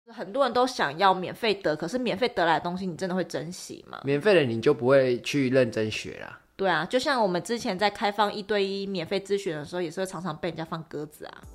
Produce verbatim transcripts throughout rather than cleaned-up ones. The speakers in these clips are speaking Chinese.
很多人都想要免费得，可是免费得来的东西你真的会珍惜吗？ 免费的你就不会去认真学啦。 对啊，就像我们之前在开放一对一免费咨询的时候，也是会常常被人家放鸽子啊。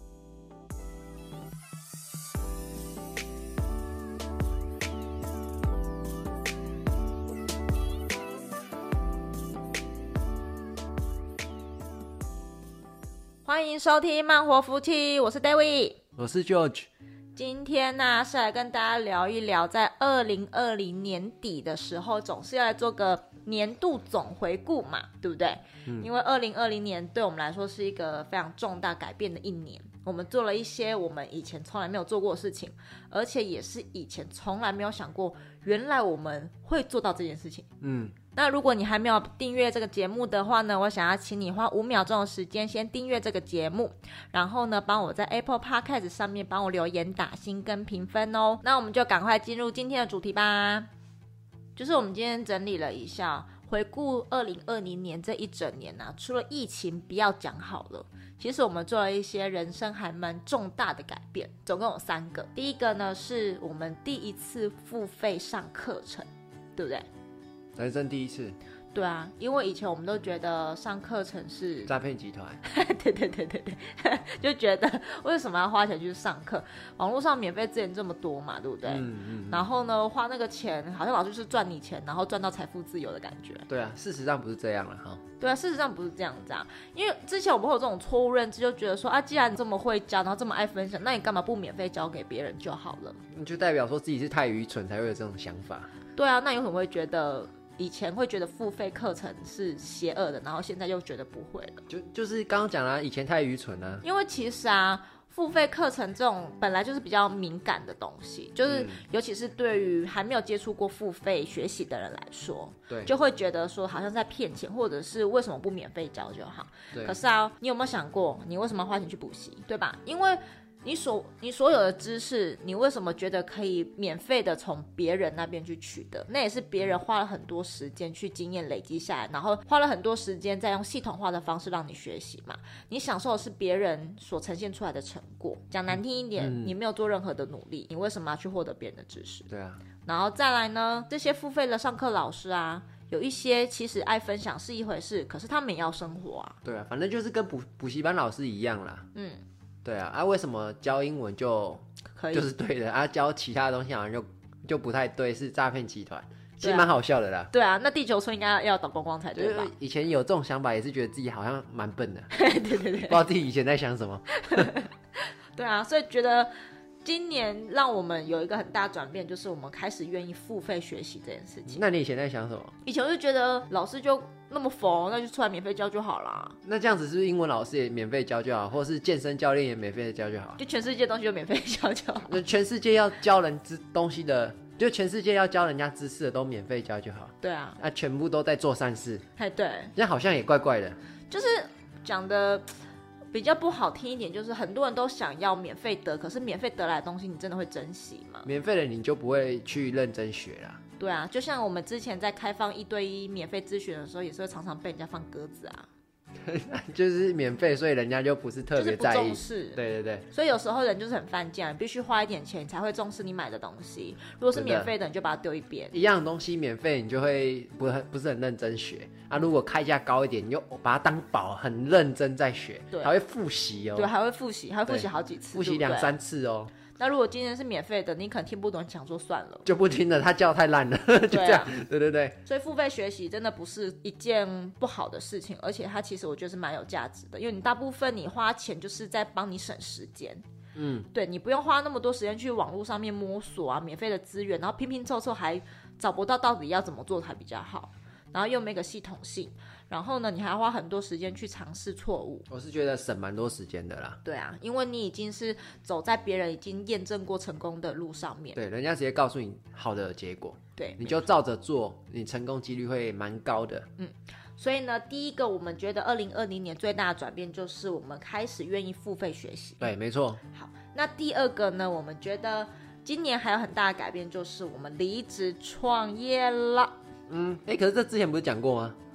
欢迎收听慢活夫妻，我是 David， 我是 George。 今天呢、啊、是来跟大家聊一聊，在二零二零年底的时候，总是要来做个年度总回顾嘛，对不对？嗯、因为二零二零年对我们来说是一个非常重大改变的一年，我们做了一些我们以前从来没有做过的事情，而且也是以前从来没有想过，原来我们会做到这件事情。嗯。那如果你还没有订阅这个节目的话呢，我想要请你花五秒钟的时间先订阅这个节目，然后呢帮我在 Apple Podcast 上面帮我留言打星跟评分哦。那我们就赶快进入今天的主题吧。就是我们今天整理了一下，回顾二零二零年这一整年啊，除了疫情不要讲好了，其实我们做了一些人生还蛮重大的改变，总共有三个。第一个呢是我们第一次付费上课程，对不对？ 人生第一次。 对啊，因为以前我们都觉得上课程是诈骗集团。 对对对对对，就觉得为什么要花钱去上课？网络上免费资源这么多嘛，对不对？嗯嗯嗯。然后呢，花那个钱，好像老师就是赚你钱，然后赚到财富自由的感觉。 对啊，事实上不是这样了哈。 对啊，事实上不是这样子啊，因为之前我们会有这种错误认知，就觉得说啊，既然你这么会教，然后这么爱分享，那你干嘛不免费教给别人就好了？ 你就代表说自己是太愚蠢才会有这种想法。 对啊，那你可能会觉得。以前会觉得付费课程是邪恶的，然后现在又觉得不会了。 就就是刚刚讲了，以前太愚蠢了。 因为其实啊，付费课程这种本来就是比较敏感的东西，就是尤其是对于还没有接触过付费学习的人来说，对，就会觉得说好像在骗钱，或者是为什么不免费教就好。可是啊，你有没有想过，你为什么要花钱去补习，对吧？因为你所你所有的知识，你为什么觉得可以免费的从别人那边去取得？那也是别人花了很多时间去经验累积下来，然后花了很多时间再用系统化的方式让你学习嘛。你享受的是别人所呈现出来的成果。讲难听一点，嗯、你没有做任何的努力，你为什么要去获得别人的知识？ 对啊。 然后再来呢，这些付费的上课老师啊，有一些其实爱分享是一回事，可是他们也要生活啊。 对啊，反正就是跟补补习班老师一样啦。嗯。对啊，啊，为什么教英文就可以就是对的啊？教其他的东西好像就就不太对，是诈骗集团，其实蛮好笑的啦。 对啊，那地球村应该要倒光光才对吧？ 以前有这种想法，也是觉得自己好像蛮笨的， 对对对，不知道自己以前在想什么。 对啊，所以觉得今年让我们有一个很大转变，就是我们开始愿意付费学习这件事情。 那你以前在想什么？ 以前我就觉得老师就那么佛，那就出来免费教就好啦。 那这样子是不是英文老师也免费教就好，或是健身教练也免费的教就好？ 就全世界东西都免费教就好。 那全世界要教人知东西的，就全世界要教人家知识的都免费教就好。 对啊， 那、啊、全部都在做善事。 哎，对， 这样好像也怪怪的。 就是讲的比较不好听一点，就是很多人都想要免费得，可是免费得来的东西你真的会珍惜吗？ 免费的你就不会去认真学啦。 对啊，就像我们之前在开放一对一免费咨询的时候，也是会常常被人家放鸽子啊。 就是免费，所以人家就不是特别在意， 就是不重视。 对对对， 所以有时候人就是很犯贱，你必须花一点钱，你才会重视你买的东西。如果是免费的，你就把它丢一边。 一样的东西免费，你就会不很不是很认真学啊。如果开价高一点，你就把它当宝，很认真在学，对，还会复习哦。 对，还会复习，还会复习好几次， 复习两三次哦。 那如果今天是免费的，你可能听不懂，想说算了， 就不听了，他教太烂了，就这样。对啊，对对对。 所以付费学习真的不是一件不好的事情，而且它其实我觉得是蛮有价值的，因为你大部分你花钱就是在帮你省时间。嗯，对，你不用花那么多时间去网络上面摸索啊，免费的资源，然后拼拼凑凑还找不到到底要怎么做才比较好。然后又没个系统性，然后呢，你还要花很多时间去尝试错误。 我是觉得省蛮多时间的啦。 对啊，因为你已经是走在别人已经验证过成功的路上面。 对，人家直接告诉你好的结果， 对， 你就照着做，你成功几率会蛮高的。 嗯，所以呢，第一个我们觉得二零二零年最大的转变就是我们开始愿意付费学习。 对，没错。 好，那第二个呢，我们觉得今年还有很大的改变，就是我们离职创业了。 嗯，哎，可是这之前不是讲过吗？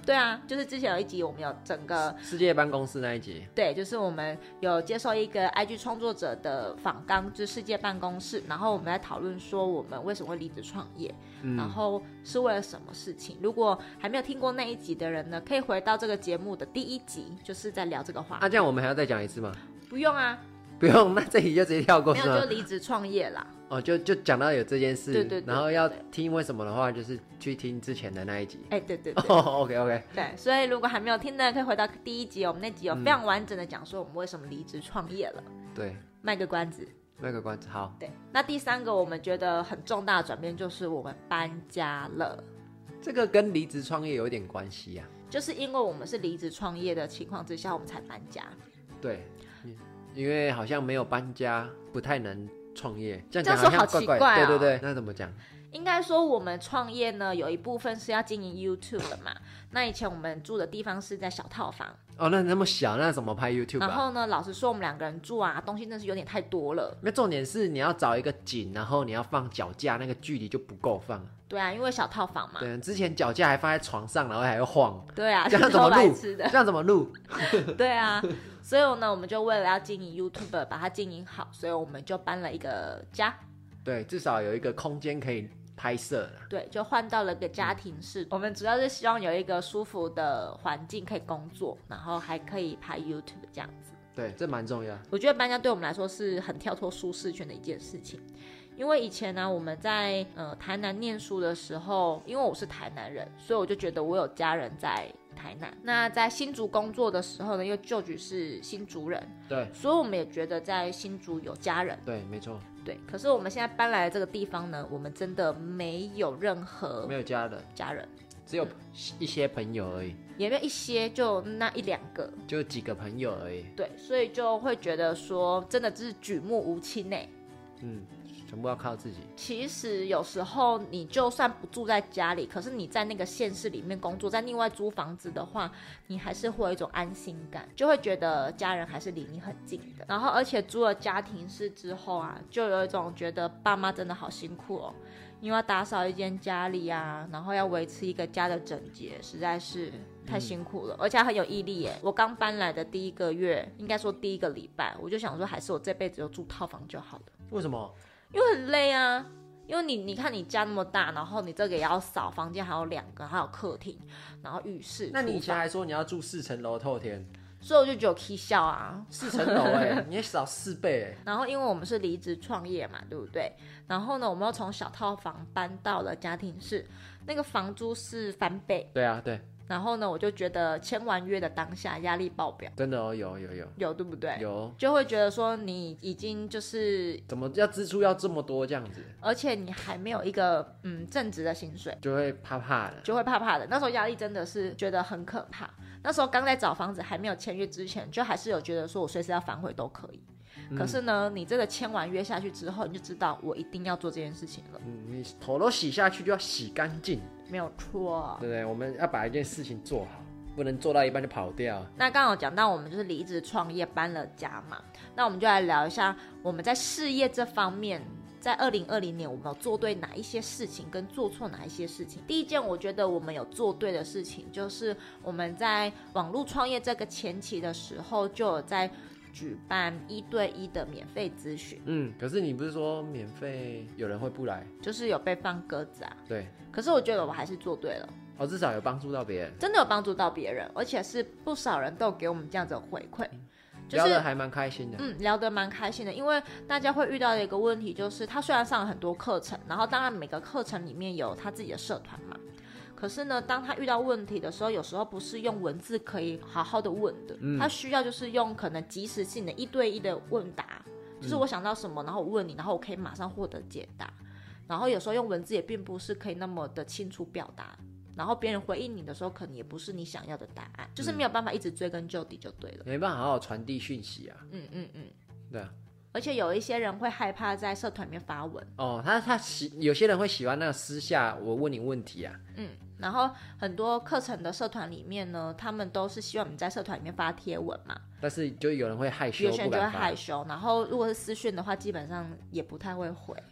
对啊，就是之前有一集我们有整个世界办公室那一集， 对，就是我们有接受一个 I G 创作者的访纲，就是世界办公室，然后我们在讨论说我们为什么会离职创业、嗯、然后是为了什么事情。如果还没有听过那一集的人呢，可以回到这个节目的第一集，就是在聊这个话题。 那、啊、这样我们还要再讲一次吗？ 不用啊， 不用，那这集就直接跳过是吗？ 没有，就离职创业啦。 哦，就就讲到有这件事， 对对 对, 对， 然后要听为什么的话，就是去听之前的那一集。 哎、欸，对对对。 哦、oh, ，OK OK。 对，所以如果还没有听的，可以回到第一集，我们那集有非常完整的讲说我们为什么离职创业了。 对， 卖个关子。 卖个关子，好。 对，那第三个我们觉得很重大的转变就是我们搬家了。 这个跟离职创业有一点关系啊， 就是因为我们是离职创业的情况之下，我们才搬家。 对，因为好像没有搬家，不太能创业，这样讲好像怪怪的。 对对对，那怎么讲？ 应该说我们创业呢，有一部分是要经营 YouTube 的嘛。那以前我们住的地方是在小套房。 哦，那那么小，那怎么拍 YouTube 啊？ 然后呢，老实说我们两个人住啊，东西真的是有点太多了。 那重点是你要找一个景，然后你要放脚架，那个距离就不够放。 对啊，因为小套房嘛。 对，之前脚架还放在床上，然后还会晃。 对啊， 这样怎么录？ 这样怎么录？ 对啊，所以呢，我们就为了要经营 YouTube， 把它经营好，所以我们就搬了一个家。 对，至少有一个空间可以拍摄了。 对，就换到了个家庭式、嗯、我们主要是希望有一个舒服的环境可以工作，然后还可以拍 YouTube 这样子。 对，这蛮重要。 我觉得搬家对我们来说是很跳脱舒适圈的一件事情。因为以前呢、啊，我们在呃台南念书的时候，因为我是台南人，所以我就觉得我有家人在台南。那在新竹工作的时候呢，因为舅舅是新竹人， 对， 所以我们也觉得在新竹有家人。 对，没错。 对，可是我们现在搬来的这个地方呢，我们真的没有任何没有家人， 家人只有一些朋友而已， 也没有一些，就那一两个， 就几个朋友而已。 对，所以就会觉得说，真的就是举目无亲欸。 嗯。全部要靠自己。 其实有时候你就算不住在家里，可是你在那个县市里面工作，在另外租房子的话，你还是会有一种安心感，就会觉得家人还是离你很近的。然后而且租了家庭式之后啊，就有一种觉得爸妈真的好辛苦哦，因为要打扫一间家里啊，然后要维持一个家的整洁，实在是太辛苦了、嗯、而且很有毅力耶。我刚搬来的第一个月，应该说第一个礼拜，我就想说还是我这辈子就住套房就好了。 为什么？ 因为很累啊，因为你你看你家那么大，然后你这个也要扫，房间还有两个，还有客厅，然后浴室。 那你以前还说你要住四层楼透天， 所以我就觉得我 K 笑啊， 四层楼哎，你也少四倍哎。 然后因为我们是离职创业嘛，对不对？然后呢，我们又从小套房搬到了家庭式，那个房租是翻倍。 对啊，对。 然后呢，我就觉得签完约的当下压力爆表， 真的哦，有有有有，对不对？ 有， 就会觉得说你已经就是怎么要支出要这么多这样子， 而且你还没有一个嗯正职的薪水， 就会怕怕的， 就会怕怕的。那时候压力真的是觉得很可怕。那时候刚在找房子还没有签约之前，就还是有觉得说我随时要反悔都可以。可是呢，你这个签完约下去之后，你就知道我一定要做这件事情了。 嗯，你头都洗下去就要洗干净， 没有错， 对不对？我们要把一件事情做好，不能做到一半就跑掉。 那刚好讲到我们就是离职创业搬了家嘛，那我们就来聊一下我们在事业这方面，在二零二零年我们有做对哪一些事情，跟做错哪一些事情。第一件我觉得我们有做对的事情，就是我们在网络创业这个前期的时候，就有在举办一对一的免费咨询。 嗯，可是你不是说免费有人会不来， 就是有被放鸽子啊。 对， 可是我觉得我还是做对了。 哦，至少有帮助到别人， 真的有帮助到别人，而且是不少人都有给我们这样子的回馈、嗯就是、 聊得还蛮开心的。 嗯，聊得蛮开心的，因为大家会遇到的一个问题就是，他虽然上了很多课程，然后当然每个课程里面有他自己的社团嘛，可是呢，当他遇到问题的时候，有时候不是用文字可以好好的问的、嗯、他需要就是用可能即时性的一对一的问答，就是我想到什么然后我问你，然后我可以马上获得解答。然后有时候用文字也并不是可以那么的清楚表达，然后别人回应你的时候可能也不是你想要的答案，就是没有办法一直追根究底就对了， 没办法好好传递讯息啊。 嗯嗯嗯， 对啊。 而且有一些人会害怕在社团里面发文哦，他他喜有些人会喜欢那个私下我问你问题啊。 嗯，然后很多课程的社团里面呢，他们都是希望你在社团里面发贴文嘛， 但是就有人会害羞， 有些人就会害羞，然后如果是私讯的话，基本上也不太会回。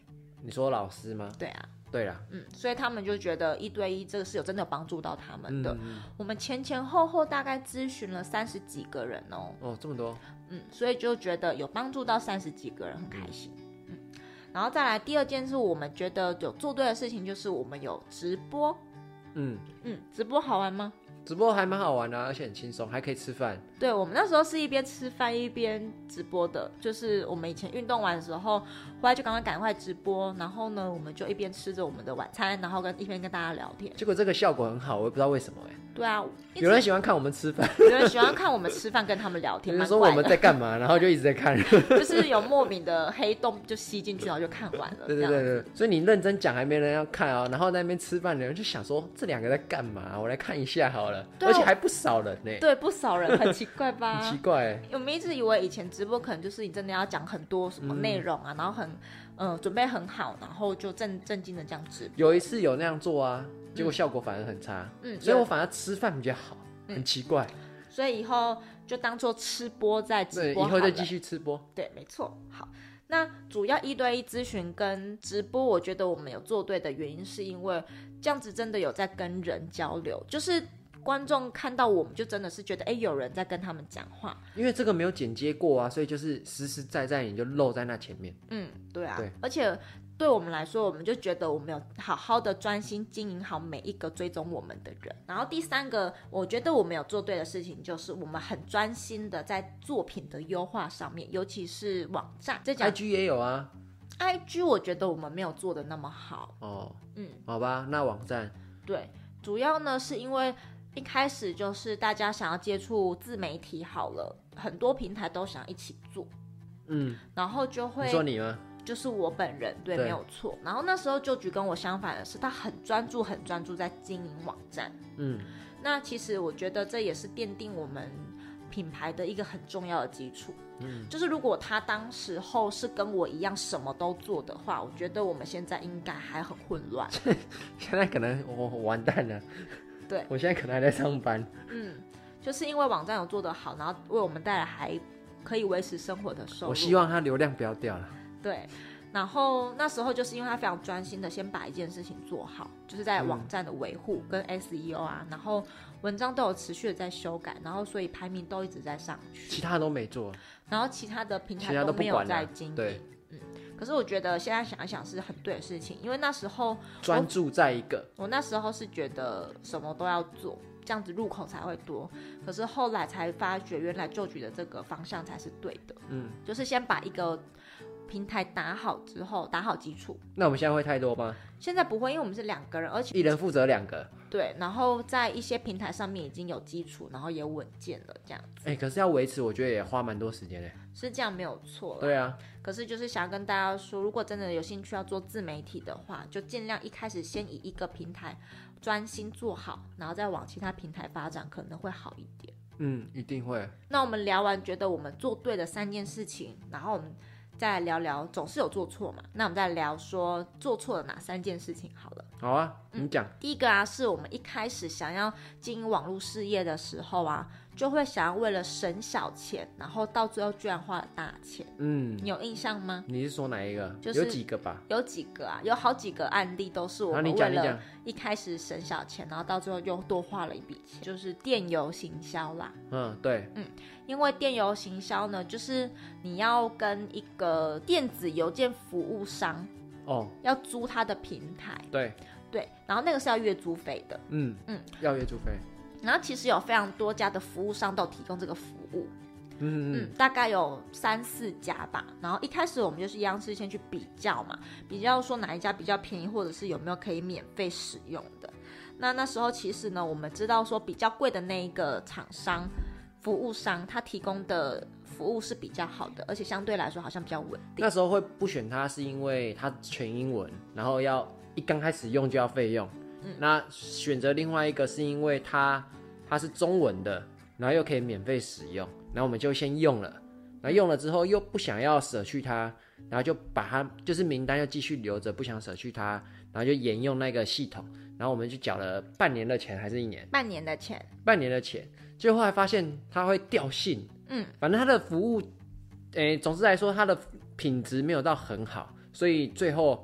你说老师吗？ 对啊。 对啦， 嗯，所以他们就觉得一对一这个是有真的有帮助到他们的。 嗯嗯、 我们前前后后大概咨询了三十几个人哦。 哦，这么多。 嗯，所以就觉得有帮助到三十几个人，很开心。嗯，然后再来第二件事，我们觉得有做对的事情就是我们有直播。嗯嗯，直播好玩吗？ 直播还蛮好玩的、啊，而且很轻松，还可以吃饭。 对，我们那时候是一边吃饭一边直播的，就是我们以前运动完的时候回来就赶快赶快直播，然后呢我们就一边吃着我们的晚餐，然后跟一边跟大家聊天。 结果这个效果很好，我也不知道为什么哎、欸。 对啊， 有人喜欢看我们吃饭， 有人喜欢看我们吃饭跟他们聊天， 就是说我们在干嘛，然后就一直在看， 就是有莫名的黑洞就吸进去，然后就看完了。 对对对对，所以你认真讲还没人要看啊、哦，然后在那边吃饭的人就想说这两个在干嘛？我来看一下好了，而且还不少人呢、欸。 对，不少人，很奇怪吧？ 很奇怪、欸。 我们一直以为以前直播可能就是你真的要讲很多什么内容啊，嗯、然后很嗯、呃、准备很好，然后就正正经的这样直播。 有一次有那样做啊，结果效果反而很差。嗯，所以我反而吃饭比较好。很奇怪、嗯， 所以以后就当做吃播在直播好了， 对，以后就继续吃播。 对，没错。好，那主要一对一咨询跟直播，我觉得我们有做对的原因，是因为这样子真的有在跟人交流，就是观众看到我们就真的是觉得，哎，有人在跟他们讲话。 因为这个没有剪接过啊，所以就是实实在在你就露在那前面。 嗯，对啊， 对， 而且。对我们来说，我们就觉得我们有好好的专心经营好每一个追踪我们的人。然后第三个，我觉得我们有做对的事情，就是我们很专心的在作品的优化上面，尤其是网站。这讲 I G 也有啊 ，I G 我觉得我们没有做的那么好。 哦，嗯，好吧，那网站对，主要呢是因为一开始就是大家想要接触自媒体好了，很多平台都想一起做，嗯，然后就会你说你吗？ 就是我本人 对, 对没有错。然后那时候就局跟我相反的是，他很专注很专注在经营网站。嗯，那其实我觉得这也是奠定我们品牌的一个很重要的基础。嗯，就是如果他当时候是跟我一样什么都做的话，我觉得我们现在应该还很混乱。 现在可能我完蛋了。 对， 我现在可能还在上班。 嗯，就是因为网站有做得好，然后为我们带来还可以维持生活的收入。 我希望它流量不要掉了。 对，然后那时候就是因为他非常专心的先把一件事情做好，就是在网站的维护跟 S E O 啊、嗯，然后文章都有持续的在修改，然后所以排名都一直在上去， 其他都没做， 然后其他的平台都没有在经营。 对， 嗯，可是我觉得现在想一想是很对的事情，因为那时候专注在一个， 我那时候是觉得什么都要做，这样子入口才会多，可是后来才发觉原来就局的这个方向才是对的。嗯，就是先把一个平台打好之后，打好基础。 那我们现在会太多吗？ 现在不会，因为我们是两个人，而且一人负责两个。 对，然后在一些平台上面已经有基础，然后也稳健了，这样子。 哎、欸，可是要维持，我觉得也花蛮多时间的。 是这样没有错啦。 对啊。 可是就是想跟大家说，如果真的有兴趣要做自媒体的话，就尽量一开始先以一个平台专心做好，然后再往其他平台发展，可能会好一点。 嗯，一定会。那我们聊完，觉得我们做对的三件事情，然后我们再来聊聊，总是有做错嘛，那我们再聊说做错了哪三件事情好了。 好啊，你讲、嗯。 第一个啊，是我们一开始想要经营网络事业的时候啊，就会想要为了省小钱，然后到最后居然花了大钱。嗯，你有印象吗？ 你是说哪一个？ 就是有几个吧？ 有几个啊，有好几个案例都是我们为了一开始省小钱，然后到最后又多花了一笔钱，就是电邮行销啦。 嗯，对， 嗯，因为电邮行销呢，就是你要跟一个电子邮件服务商哦，要租他的平台。 对对，然后那个是要月租费的。 嗯嗯，要月租费。 然后其实有非常多家的服务商都提供这个服务。嗯嗯，大概有三四家吧。然后一开始我们就是一样是先去比较嘛，比较说哪一家比较便宜，或者是有没有可以免费使用的。那那时候其实呢，我们知道说比较贵的那一个厂商服务商，他提供的服务是比较好的，而且相对来说好像比较稳定。 那时候会不选它是因为它全英文，然后要一刚开始用就要费用。嗯，那选择另外一个是因为它它是中文的，然后又可以免费使用，然后我们就先用了，然后用了之后又不想要舍去它，然后就把它就是名单又继续留着，不想舍去它，然后就沿用那个系统，然后我们就缴了半年的钱还是一年？ 半年的钱， 半年的钱，结果后来发现它会掉信，嗯，反正它的服务，诶，总之来说它的品质没有到很好，所以最后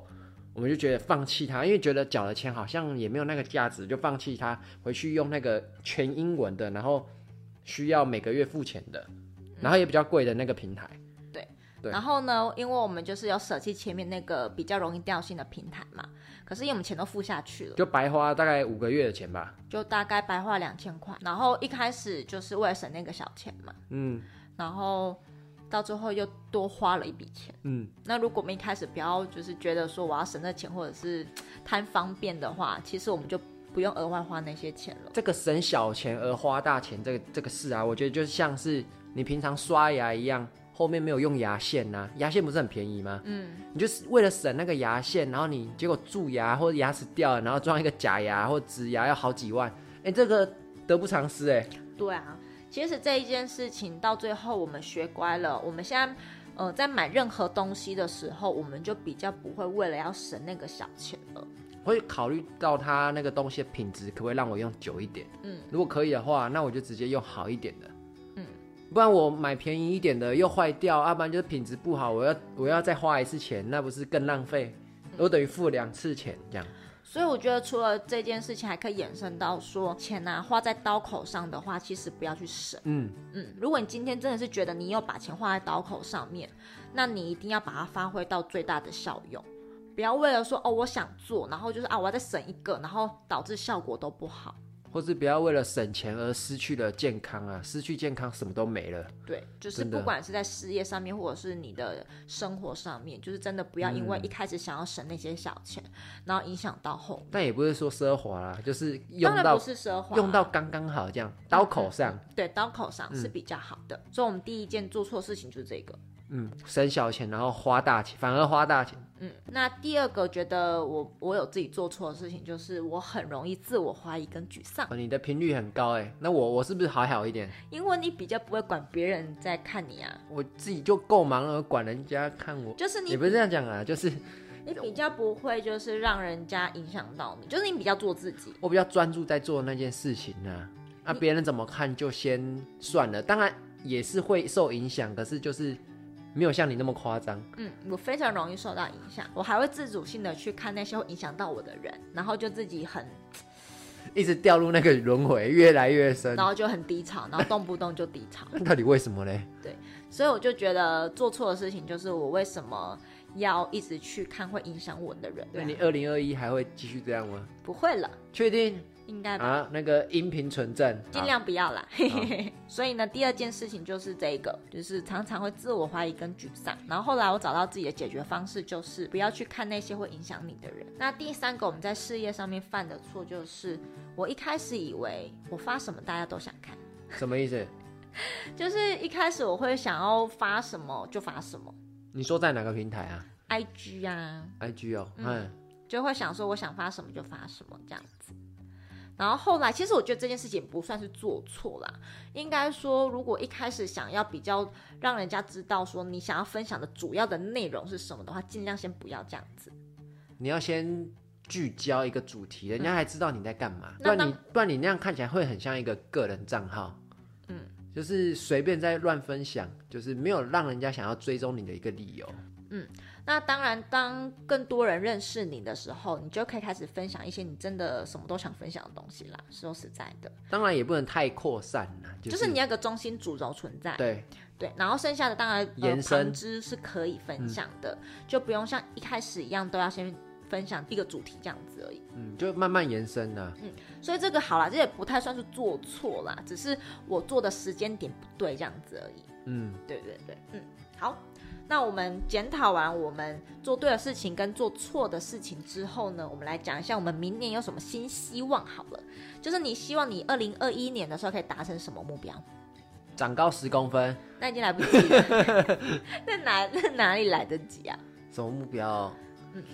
我们就觉得放弃它，因为觉得缴了钱好像也没有那个价值，就放弃它，回去用那个全英文的，然后需要每个月付钱的，然后也比较贵的那个平台。 对， 对然后呢，因为我们就是有舍弃前面那个比较容易掉线的平台嘛，可是因为我们钱都付下去了， 就白花大概五个月的钱吧， 就大概白花两千块。然后一开始就是为了省那个小钱嘛， 嗯， 然后到最后又多花了一笔钱。 嗯， 那如果我们一开始不要就是觉得说我要省这钱或者是贪方便的话，其实我们就不用额外花那些钱了。 这个省小钱而花大钱这个这个事啊，我觉得就像是你平常刷牙一样，后面没有用牙线呐、啊，牙线不是很便宜吗？嗯，你就是为了省那个牙线，然后你结果蛀牙或者牙齿掉了，然后装一个假牙或植牙要好几万，哎，这个得不偿失哎。 对啊，其实这一件事情到最后我们学乖了，我们现在呃在买任何东西的时候，我们就比较不会为了要省那个小钱了。 会考虑到它那个东西的品质可不可以让我用久一点，嗯，如果可以的话，那我就直接用好一点的，嗯，不然我买便宜一点的又坏掉，要不然就是品质不好，我要我要再花一次钱，那不是更浪费？我等于付两次钱这样。 所以我觉得除了这件事情，还可以衍生到说钱啊花在刀口上的话，其实不要去省。嗯嗯，如果你今天真的是觉得你有把钱花在刀口上面，那你一定要把它发挥到最大的效用。不要为了说哦我想做，然后就是啊我要再省一个，然后导致效果都不好。 或是不要为了省钱而失去了健康啊，失去健康什么都没了。 对，就是不管是在事业上面或者是你的生活上面，就是真的不要因为一开始想要省那些小钱，嗯、然后影响到后面。 但也不是说奢华啦，就是用到当然不是奢华， 用到刚刚好这样，刀口上。 嗯、对，刀口上是比较好的。嗯、所以我们第一件做错事情就是这个。 嗯，省小钱然后花大钱，反而花大钱。 嗯，那第二个觉得我我有自己做错的事情，就是我很容易自我怀疑跟沮丧。 哦、你的频率很高哎，那我我是不是还好一点？ 因为你比较不会管别人在看你啊， 我自己就够忙了，管人家看我， 就是你也不是这样讲啊，就是你比较不会就是让人家影响到你，就是你比较做自己。 我比较专注在做那件事情啊，啊别人怎么看就先算了，当然也是会受影响，可是就是没有像你那么夸张。 嗯，我非常容易受到影响，我还会自主性的去看那些会影响到我的人，然后就自己很一直掉入那个轮回，越来越深， 然后就很低潮，然后动不动就低潮。 到底为什么嘞？ 对，所以我就觉得做错的事情就是我为什么要一直去看会影响我的人。 那你二零二一还会继续这样吗？ 不会了， 确定？ 应该吧。 啊，那个音频存证， 尽量不要啦。所以呢，第二件事情就是这个，就是常常会自我怀疑跟沮丧。然后后来我找到自己的解决方式，就是不要去看那些会影响你的人。那第三个我们在事业上面犯的错，就是我一开始以为我发什么大家都想看。 什么意思？ 就是一开始我会想要发什么就发什么。 你说在哪个平台啊 ？I G 啊 ，I G 哦，嗯， 嗯就会想说我想发什么就发什么这样子。然后后来，其实我觉得这件事情不算是做错啦，应该说，如果一开始想要比较让人家知道说你想要分享的主要的内容是什么的话，尽量先不要这样子。 你要先聚焦一个主题，人家才知道你在干嘛， 嗯、 不然你不然你那样看起来会很像一个个人账号，嗯，就是随便在乱分享，就是没有让人家想要追踪你的一个理由。 嗯，那当然，当更多人认识你的时候，你就可以开始分享一些你真的什么都想分享的东西啦。说实在的， 当然也不能太扩散啦，就是、 就是你要有个中心主轴存在。 对对，然后剩下的当然延伸、 呃、旁支是可以分享的、嗯，就不用像一开始一样都要先分享一个主题这样子而已。 嗯，就慢慢延伸啦。 嗯，所以这个好啦，这也不太算是做错啦，只是我做的时间点不对这样子而已。嗯，对对对，嗯，好。那我们检讨完我们做对的事情跟做错的事情之后呢，我们来讲一下我们明年有什么新希望好了。就是你希望你二零二一年的时候可以达成什么目标？ 长高十公分。 那已经来不及了。那哪那哪里来得及啊？ 什么目标？嗯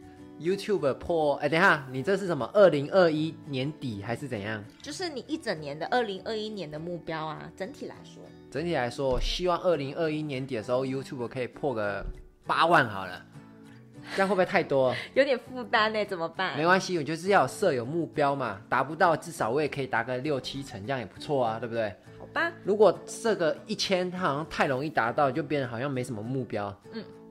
YouTube 破哎，等一下，你这是什么？二零二一年底还是怎样？ 就是你一整年的二零二一年的目标啊，整体来说。 整体来说，我希望二零二一年底的时候 ，YouTube 可以破个八万好了。这样会不会太多？ 有点负担呢，怎么办？ 没关系，我就是要有设有目标嘛，达不到至少我也可以达个六七成，这样也不错啊，对不对？ 好吧。 如果设个一千，它好像太容易达到，就变得好像没什么目标。嗯嗯。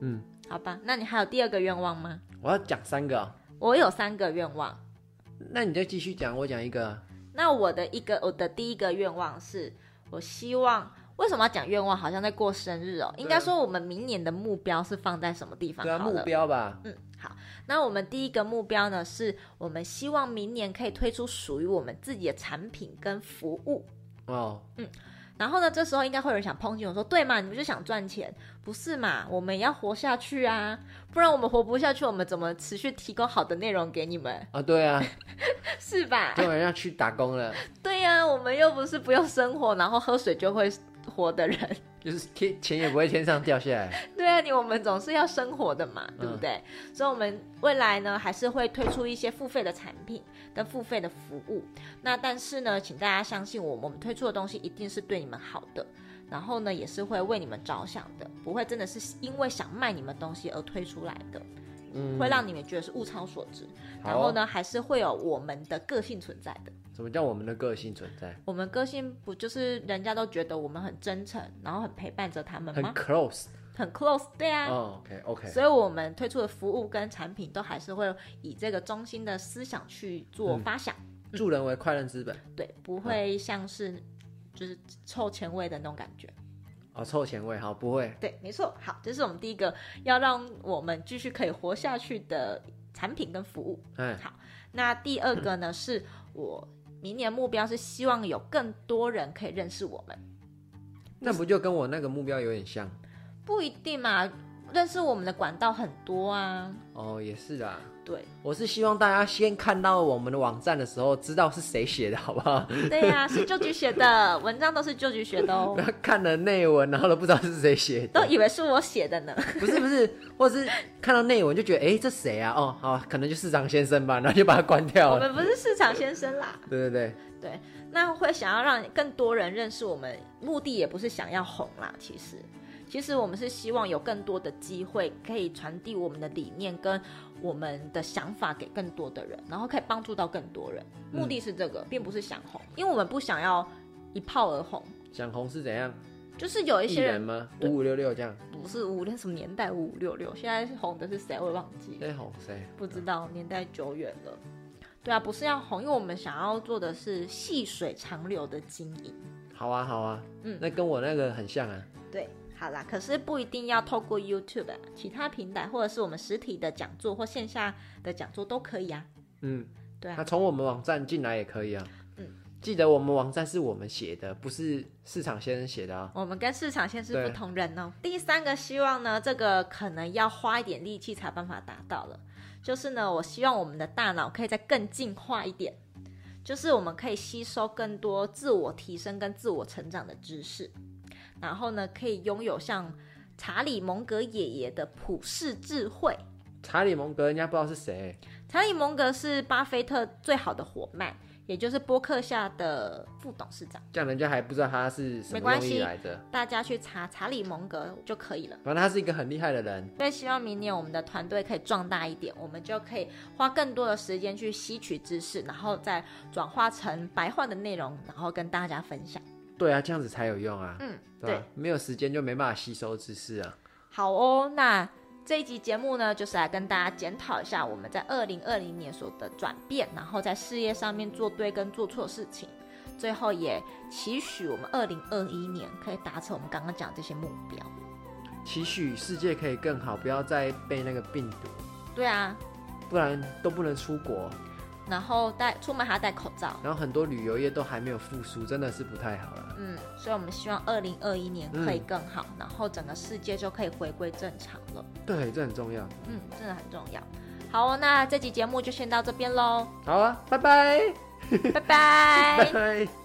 好吧，那你还有第二个愿望吗？ 我要讲三个、哦， 我有三个愿望。 那你就继续讲，我讲一个。 那我的一个，我的第一个愿望是，我希望，为什么要讲愿望？好像在过生日哦。应该说我们明年的目标是放在什么地方？ 对啊，目标吧。 嗯，好。那我们第一个目标呢，是我们希望明年可以推出属于我们自己的产品跟服务。 哦， 嗯。然后呢，这时候应该会有人想抨击我说，对嘛，你们就想赚钱，不是嘛？我们也要活下去啊，不然我们活不下去，我们怎么持续提供好的内容给你们啊？对啊， 是吧？ 就有人要去打工了。 对呀、啊，我们又不是不用生活，然后喝水就会活的人， 就是天钱也不会天上掉下来。 对啊，你我们总是要生活的嘛，对不对？嗯、所以我们未来呢，还是会推出一些付费的产品跟付费的服务。那但是呢，请大家相信我们，我们推出的东西一定是对你们好的，然后呢，也是会为你们着想的，不会真的是因为想卖你们东西而推出来的。嗯，会让你们觉得是物超所值，然后呢，还是会有我们的个性存在的。 什么叫我们的个性存在？ 我们个性不就是人家都觉得我们很真诚，然后很陪伴着他们吗？ 很 close， 很 close， 对啊。 哦 ，OK OK。 所以我们推出的服务跟产品都还是会以这个中心的思想去做发想， 嗯、助人为快乐之本。 对，不会像是就是臭钱味的那种感觉。 哦，臭钱味，好，不会。 对，没错，好，这是我们第一个要让我们继续可以活下去的产品跟服务。嗯，好，那第二个呢，是我明年目标是希望有更多人可以认识我们。 那不就跟我那个目标有点像？ 不一定嘛，认识我们的管道很多啊。 哦，也是啦。 对， 我是希望大家先看到我们的网站的时候，知道是谁写的，好不好？ 对呀、啊，是旧局写的，文章都是旧局写的哦。 不要看了内文，然后都不知道是谁写的， 都以为是我写的呢。 不是不是，或是看到内文就觉得，哎，这谁啊？哦，好，可能就市长先生吧，然后就把它关掉了。 我们不是市长先生啦。 对对对对，那会想要让更多人认识我们，目的也不是想要红啦，其实。其实我们是希望有更多的机会可以传递我们的理念跟我们的想法给更多的人，然后可以帮助到更多人。目的是这个，嗯、并不是想红，因为我们不想要一炮而红。 想红是怎样？ 就是有一些人艺人吗？五五六六这样？ 不是五六什么年代五五六六，现在红的是谁？我也忘记了。 谁红谁？ 不知道，年代久远了。对啊，不是要红，因为我们想要做的是细水长流的经营。 好啊，好啊，嗯，那跟我那个很像啊。 对。好啦，可是不一定要透过 YouTube， 其他平台或者是我们实体的讲座或线下的讲座都可以啊。嗯，对啊。 他从我们网站进来也可以啊。嗯，记得我们网站是我们写的，不是市场先生写的啊。 我们跟市场先生是不同人哦。第三个希望呢，这个可能要花一点力气才办法达到了，就是呢，我希望我们的大脑可以再更进化一点，就是我们可以吸收更多自我提升跟自我成长的知识。然后呢，可以拥有像查理蒙格爷爷的普世智慧。 查理蒙格人家不知道是谁。 查理蒙格是巴菲特最好的伙伴，也就是波克夏的副董事长。 这样人家还不知道他是什么用意来的。 大家去查查理蒙格就可以了。 反正他是一个很厉害的人。 所以希望明年我们的团队可以壮大一点，我们就可以花更多的时间去吸取知识，然后再转化成白话的内容，然后跟大家分享。 对啊，这样子才有用啊。 嗯， 对，对，没有时间就没办法吸收知识啊。 好哦，那这一集节目呢，就是来跟大家检讨一下我们在二零二零年所的转变，然后在事业上面做对跟做错事情，最后也期许我们二零二一年可以达成我们刚刚讲的这些目标。 期许世界可以更好，不要再被那个病毒。 对啊， 不然都不能出国。 然后戴出门还要戴口罩， 然后很多旅游业都还没有复苏，真的是不太好了。 嗯，所以我们希望二零二一年可以更好，嗯、然后整个世界就可以回归正常了。 对，这很重要。 嗯，真的很重要。好哦，那这集节目就先到这边喽。 好啊，拜拜， 拜拜， 拜拜。